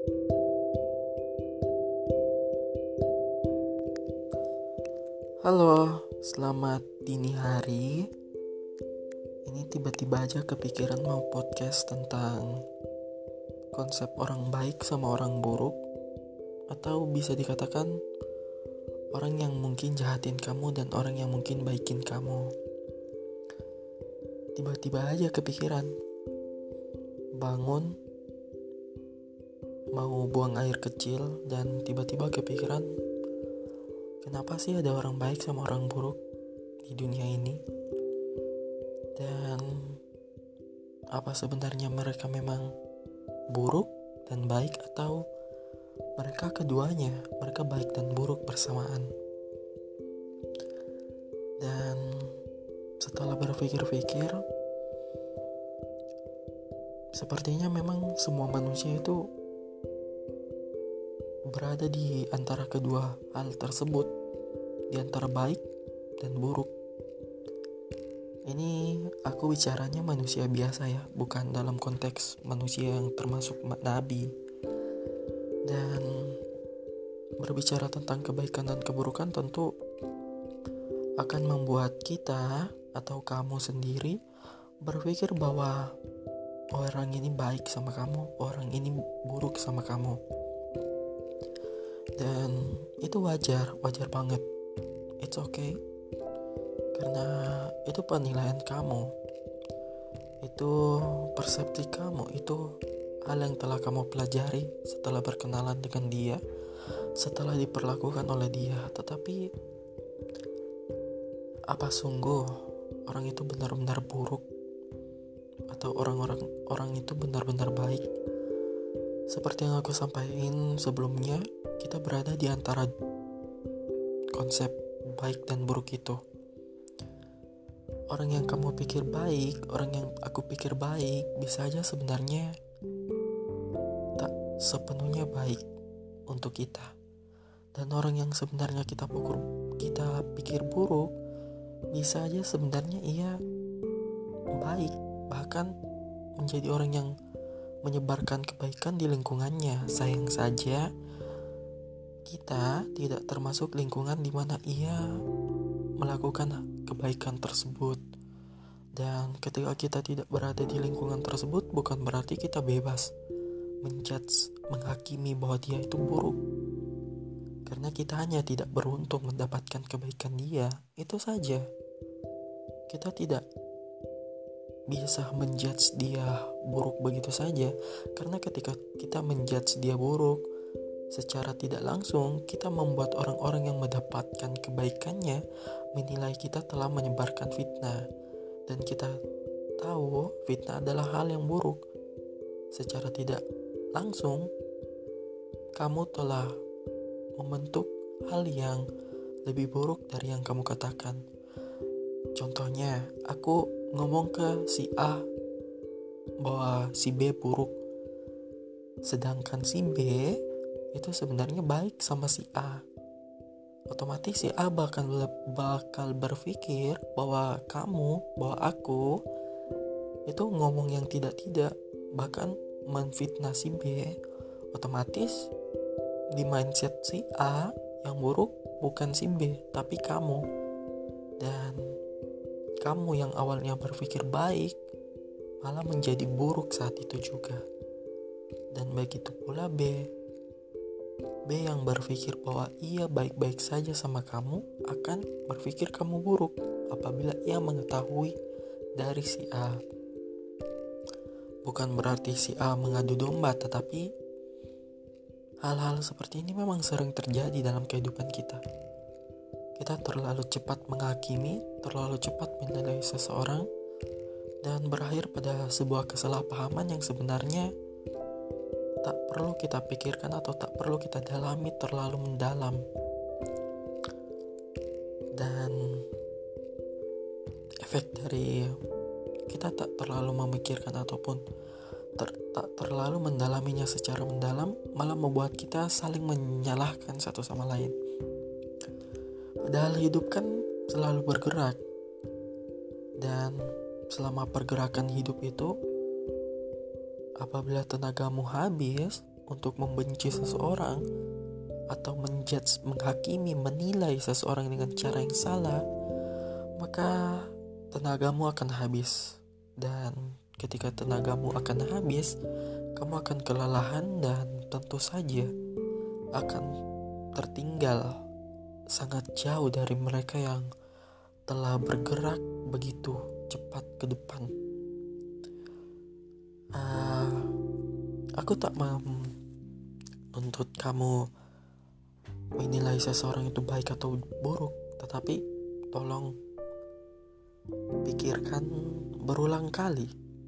Halo, selamat dini hari. Ini tiba-tiba aja kepikiran mau podcast tentang konsep orang baik sama orang buruk, atau bisa dikatakan orang yang mungkin jahatin kamu dan orang yang mungkin baikin kamu. Tiba-tiba aja kepikiran, bangun mau buang air kecil dan tiba-tiba kepikiran, kenapa sih ada orang baik sama orang buruk di dunia ini? Dan apa sebenarnya mereka memang buruk dan baik, atau mereka keduanya, mereka baik dan buruk bersamaan? Dan setelah berpikir-pikir, sepertinya memang semua manusia itu berada di antara kedua hal tersebut, di antara baik dan buruk. Ini aku bicaranya manusia biasa ya, bukan dalam konteks manusia yang termasuk nabi. Dan berbicara tentang kebaikan dan keburukan tentu akan membuat kita atau kamu sendiri berpikir bahwa orang ini baik sama kamu, orang ini buruk sama kamu. Dan itu wajar banget. It's okay. Karena itu penilaian kamu, itu persepsi kamu, itu hal yang telah kamu pelajari setelah berkenalan dengan dia, setelah diperlakukan oleh dia. Tetapi apa sungguh orang itu benar-benar buruk, atau orang itu benar-benar baik? Seperti yang aku sampaikan sebelumnya, kita berada di antara konsep baik dan buruk itu. Orang yang kamu pikir baik, orang yang aku pikir baik, bisa aja sebenarnya tak sepenuhnya baik untuk kita. Dan orang yang sebenarnya kita pikir buruk, bisa aja sebenarnya ia baik, bahkan menjadi orang yang menyebarkan kebaikan di lingkungannya. Sayang saja kita tidak termasuk lingkungan di mana ia melakukan kebaikan tersebut. Dan ketika kita tidak berada di lingkungan tersebut, bukan berarti kita bebas menjudge, menghakimi bahwa dia itu buruk. Karena kita hanya tidak beruntung mendapatkan kebaikan dia, itu saja. Kita tidak bisa menjudge dia buruk begitu saja. Karena ketika kita menjudge dia buruk, secara tidak langsung kita membuat orang-orang yang mendapatkan kebaikannya menilai kita telah menyebarkan fitnah. Dan kita tahu fitnah adalah hal yang buruk. Secara tidak langsung kamu telah membentuk hal yang lebih buruk dari yang kamu katakan. Contohnya, aku ngomong ke si A bahwa si B buruk, sedangkan si B itu sebenarnya baik sama si A. Otomatis si A bakal berpikir bahwa aku itu ngomong yang tidak-tidak, bahkan menfitnah si B. Otomatis di mindset si A yang buruk bukan si B, tapi kamu. Dan kamu yang awalnya berpikir baik malah menjadi buruk saat itu juga. Dan begitu pula B yang berpikir bahwa ia baik-baik saja sama kamu akan berpikir kamu buruk apabila ia mengetahui dari si A. Bukan berarti si A mengadu domba, tetapi hal-hal seperti ini memang sering terjadi dalam kehidupan kita. Kita terlalu cepat menghakimi, terlalu cepat menilai seseorang, dan berakhir pada sebuah kesalahpahaman yang sebenarnya tak perlu kita pikirkan atau tak perlu kita dalami terlalu mendalam. Dan efek dari kita tak terlalu memikirkan ataupun tak terlalu mendalaminya secara mendalam malah membuat kita saling menyalahkan satu sama lain. Padahal hidup kan selalu bergerak, dan selama pergerakan hidup itu, apabila tenagamu habis untuk membenci seseorang atau menjudge, menghakimi, menilai seseorang dengan cara yang salah, maka tenagamu akan habis. Dan ketika tenagamu akan habis, kamu akan kelelahan dan tentu saja akan tertinggal sangat jauh dari mereka yang telah bergerak begitu cepat ke depan. Aku tak mau menuntut kamu menilai seseorang itu baik atau buruk, tetapi tolong pikirkan berulang kali.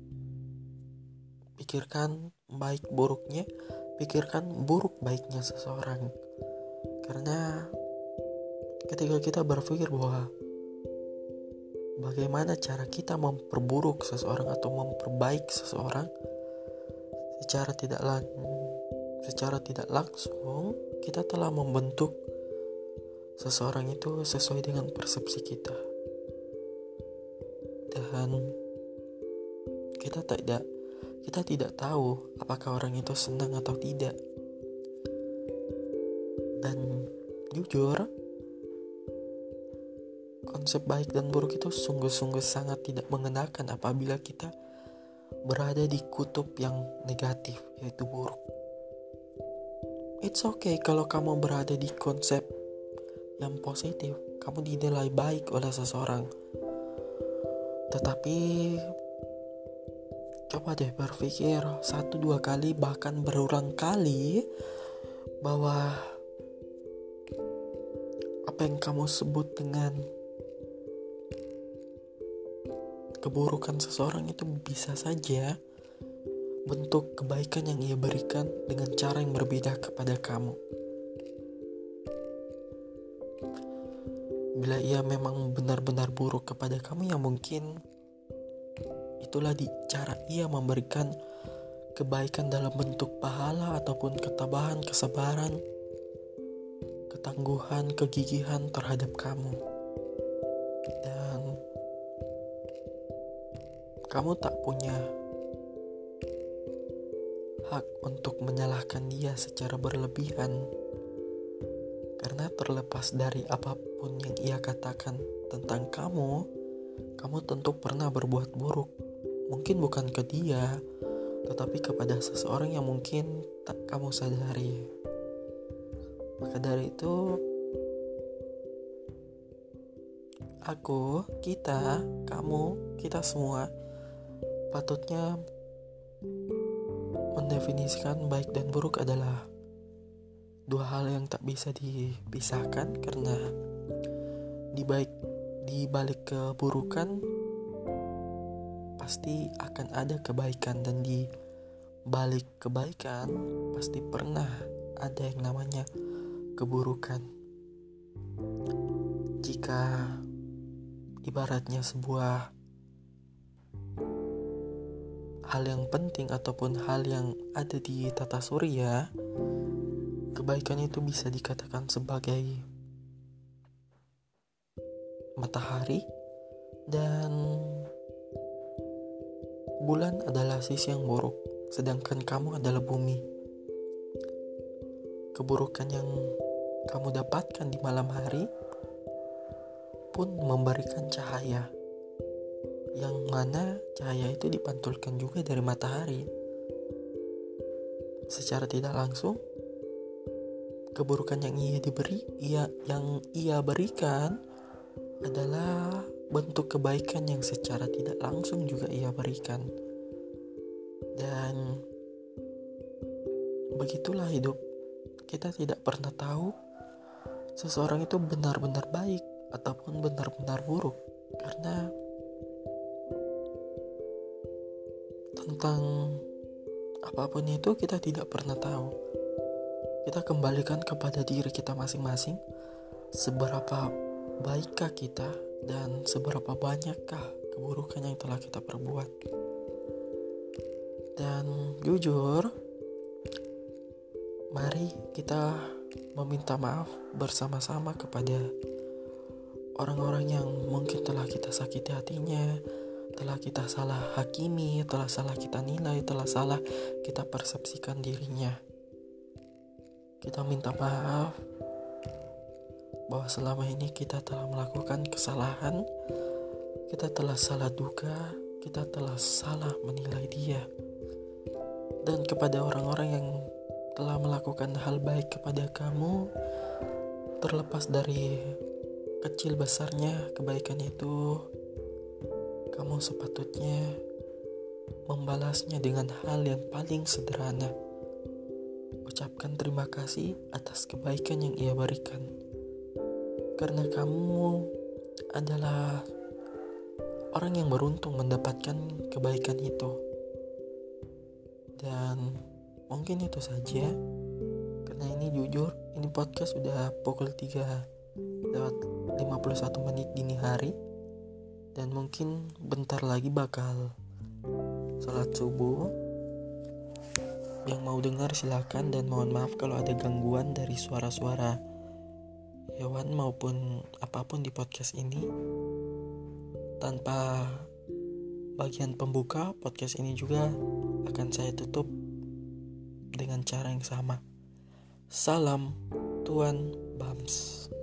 Pikirkan baik buruknya, pikirkan buruk baiknya seseorang. Karena ketika kita berpikir bahwa bagaimana cara kita memperburuk seseorang atau memperbaik seseorang, secara tidak langsung kita telah membentuk seseorang itu sesuai dengan persepsi kita. Dan kita tidak tahu apakah orang itu senang atau tidak. Dan jujur, konsep baik dan buruk itu sungguh-sungguh sangat tidak mengenakan apabila kita berada di kutub yang negatif, yaitu buruk. It's okay kalau kamu berada di konsep yang positif, kamu dinilai baik oleh seseorang. Tetapi coba deh berpikir 1-2 kali, bahkan berulang kali, bahwa apa yang kamu sebut dengan keburukan seseorang itu bisa saja bentuk kebaikan yang ia berikan dengan cara yang berbeda kepada kamu. Bila ia memang benar-benar buruk kepada kamu, ya mungkin itulah cara ia memberikan kebaikan dalam bentuk pahala ataupun ketabahan, kesabaran, ketangguhan, kegigihan terhadap kamu. Dan kamu tak punya hak untuk menyalahkan dia secara berlebihan, karena terlepas dari apapun yang ia katakan tentang kamu tentu pernah berbuat buruk. Mungkin bukan ke dia, tetapi kepada seseorang yang mungkin tak kamu sadari. Maka dari itu, aku, kita, kamu, kita semua patutnya mendefinisikan baik dan buruk adalah dua hal yang tak bisa dipisahkan, karena di balik keburukan pasti akan ada kebaikan, dan di balik kebaikan pasti pernah ada yang namanya keburukan. Jika ibaratnya sebuah hal yang penting ataupun hal yang ada di tata surya, kebaikan itu bisa dikatakan sebagai matahari, dan bulan adalah sisi yang buruk, sedangkan kamu adalah bumi. Keburukan yang kamu dapatkan di malam hari pun memberikan cahaya, yang mana cahaya itu dipantulkan juga dari matahari. Secara tidak langsung, keburukan yang ia berikan adalah bentuk kebaikan yang secara tidak langsung juga ia berikan. Dan begitulah hidup. Kita tidak pernah tahu seseorang itu benar-benar baik ataupun benar-benar buruk, karena tentang apapun itu kita tidak pernah tahu. Kita kembalikan kepada diri kita masing-masing, seberapa baikkah kita dan seberapa banyakkah keburukan yang telah kita perbuat. Dan jujur, mari kita meminta maaf bersama-sama kepada orang-orang yang mungkin telah kita sakiti hatinya, telah kita salah hakimi, telah salah kita nilai, telah salah kita persepsikan dirinya. Kita minta maaf bahwa selama ini kita telah melakukan kesalahan, kita telah salah duga, kita telah salah menilai dia. Dan kepada orang-orang yang telah melakukan hal baik kepada kamu, terlepas dari kecil besarnya kebaikan itu, kamu sepatutnya membalasnya dengan hal yang paling sederhana. Ucapkan terima kasih atas kebaikan yang ia berikan. Karena kamu adalah orang yang beruntung mendapatkan kebaikan itu. Dan mungkin itu saja. Karena ini jujur, ini podcast sudah pukul 3:51 dini hari. Dan mungkin bentar lagi bakal salat subuh. Yang mau dengar silakan, dan mohon maaf kalau ada gangguan dari suara-suara hewan maupun apapun di podcast ini. Tanpa bagian pembuka, podcast ini juga akan saya tutup dengan cara yang sama. Salam Tuan Bams.